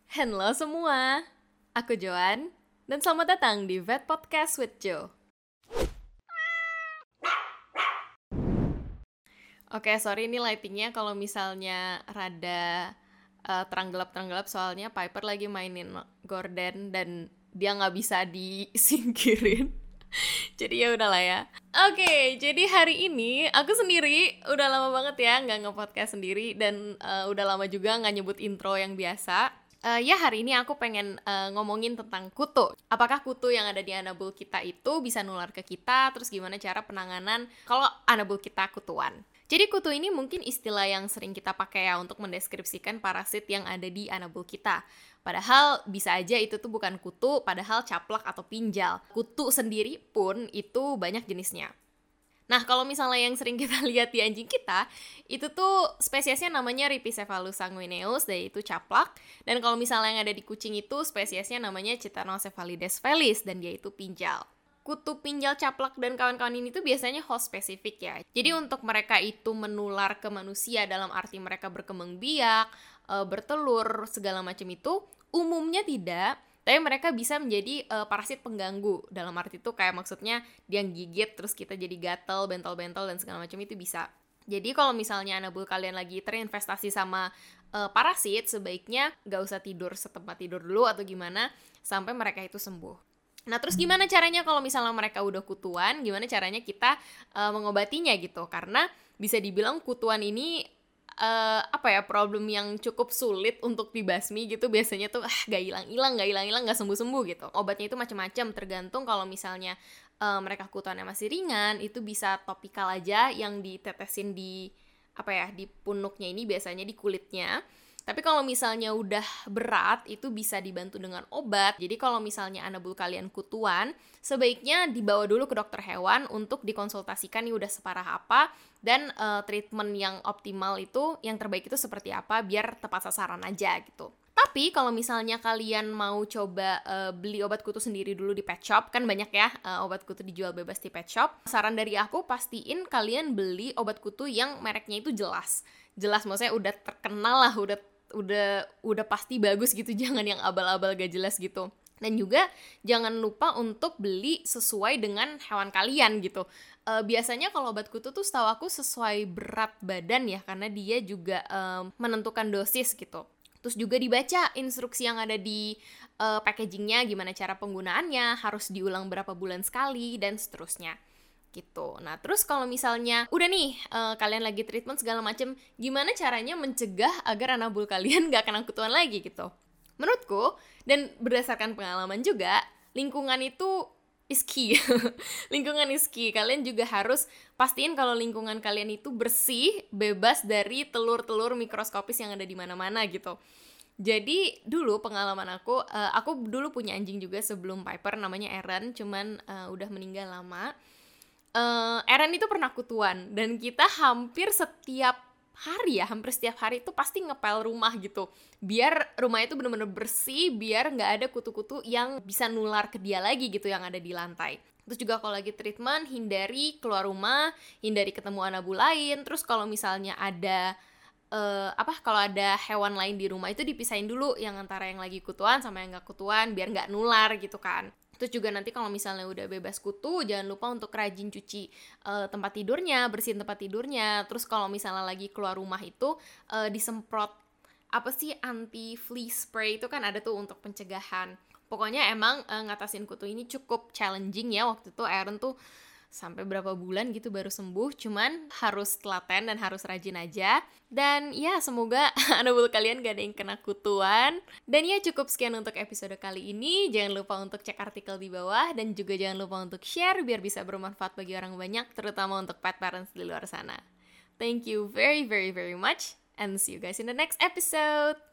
Halo semua, aku Joan, dan selamat datang di Vet Podcast with Jo. Oke, sorry ini lightingnya kalau misalnya rada terang gelap soalnya Piper lagi mainin gorden dan dia nggak bisa disingkirin. Jadi ya udahlah ya. Oke, jadi hari ini aku sendiri udah lama banget ya nggak nge-podcast sendiri dan udah lama juga nggak nyebut intro yang biasa. Ya hari ini aku pengen ngomongin tentang kutu. Apakah kutu yang ada di anabul kita itu bisa nular ke kita? Terus gimana cara penanganan kalau anabul kita kutuan? Jadi kutu ini mungkin istilah yang sering kita pakai ya untuk mendeskripsikan parasit yang ada di anabul kita. Padahal bisa aja itu tuh bukan kutu, padahal caplak atau pinjal. Kutu sendiri pun itu banyak jenisnya. Nah, kalau misalnya yang sering kita lihat di anjing kita, itu tuh spesiesnya namanya Rhipicephalus sanguineus, dan itu caplak. Dan kalau misalnya yang ada di kucing itu, spesiesnya namanya Chittanocephalides felis, dan dia itu pinjal. Kutu pinjal caplak dan kawan-kawan ini tuh biasanya host spesifik ya. Jadi untuk mereka itu menular ke manusia dalam arti mereka berkembang biak, bertelur, segala macam itu, umumnya tidak. Tapi mereka bisa menjadi parasit pengganggu. Dalam arti itu kayak maksudnya dia gigit terus kita jadi gatel, bentol-bentol dan segala macam itu bisa. Jadi kalau misalnya anabul kalian lagi terinvestasi sama parasit, sebaiknya gak usah tidur setempat tidur dulu atau gimana sampai mereka itu sembuh. Nah terus gimana caranya kalau misalnya mereka udah kutuan, gimana caranya kita mengobatinya gitu. Karena bisa dibilang kutuan ini problem yang cukup sulit untuk dibasmi gitu. Biasanya tuh gak hilang-hilang, gak sembuh-sembuh gitu. Obatnya itu macam-macam, tergantung kalau misalnya mereka kutuannya masih ringan, itu bisa topikal aja yang ditetesin di di punuknya ini, biasanya di kulitnya. Tapi kalau misalnya udah berat, itu bisa dibantu dengan obat. Jadi kalau misalnya anabul kalian kutuan, sebaiknya dibawa dulu ke dokter hewan untuk dikonsultasikan nih udah separah apa, dan treatment yang optimal itu, yang terbaik itu seperti apa, biar tepat sasaran aja gitu. Tapi kalau misalnya kalian mau coba beli obat kutu sendiri dulu di pet shop, kan banyak ya obat kutu dijual bebas di pet shop. Saran dari aku, pastiin kalian beli obat kutu yang mereknya itu jelas. Jelas maksudnya udah terkenal lah, udah pasti bagus gitu, jangan yang abal-abal gak jelas gitu. Dan juga jangan lupa untuk beli sesuai dengan hewan kalian gitu. Biasanya kalau obat kutu tuh setahu aku sesuai berat badan ya, karena dia juga menentukan dosis gitu. Terus juga dibaca instruksi yang ada di packagingnya, gimana cara penggunaannya, harus diulang berapa bulan sekali, dan seterusnya gitu. Nah terus kalau misalnya udah nih kalian lagi treatment segala macem, gimana caranya mencegah agar anabul kalian gak kena kutuan lagi gitu? Menurutku, dan berdasarkan pengalaman juga, lingkungan itu is key. Lingkungan is key. Kalian juga harus pastiin kalau lingkungan kalian itu bersih, bebas dari telur-telur mikroskopis yang ada di mana-mana gitu. Jadi dulu pengalaman aku dulu punya anjing juga sebelum Piper, namanya Aaron, cuman udah meninggal lama. Aaron itu pernah kutuan, dan kita hampir setiap hari itu pasti ngepel rumah gitu, biar rumah itu bener-bener bersih, biar nggak ada kutu-kutu yang bisa nular ke dia lagi gitu yang ada di lantai. Terus juga kalau lagi treatment, hindari keluar rumah, hindari ketemu anabul lain. Terus kalau misalnya ada kalau ada hewan lain di rumah itu dipisahin dulu, yang antara yang lagi kutuan sama yang nggak kutuan, biar nggak nular gitu kan. Terus juga nanti kalau misalnya udah bebas kutu, jangan lupa untuk rajin cuci tempat tidurnya, bersihin tempat tidurnya. Terus kalau misalnya lagi keluar rumah itu disemprot anti flea spray, itu kan ada tuh untuk pencegahan. Pokoknya emang ngatasin kutu ini cukup challenging ya. Waktu itu Aaron tuh sampai berapa bulan gitu baru sembuh, cuman harus telaten dan harus rajin aja. Dan ya semoga anabul kalian gak ada yang kena kutuan. Dan ya cukup sekian untuk episode kali ini. Jangan lupa untuk cek artikel di bawah, dan juga jangan lupa untuk share biar bisa bermanfaat bagi orang banyak, terutama untuk pet parents di luar sana. Thank you very, very, very much, and see you guys in the next episode.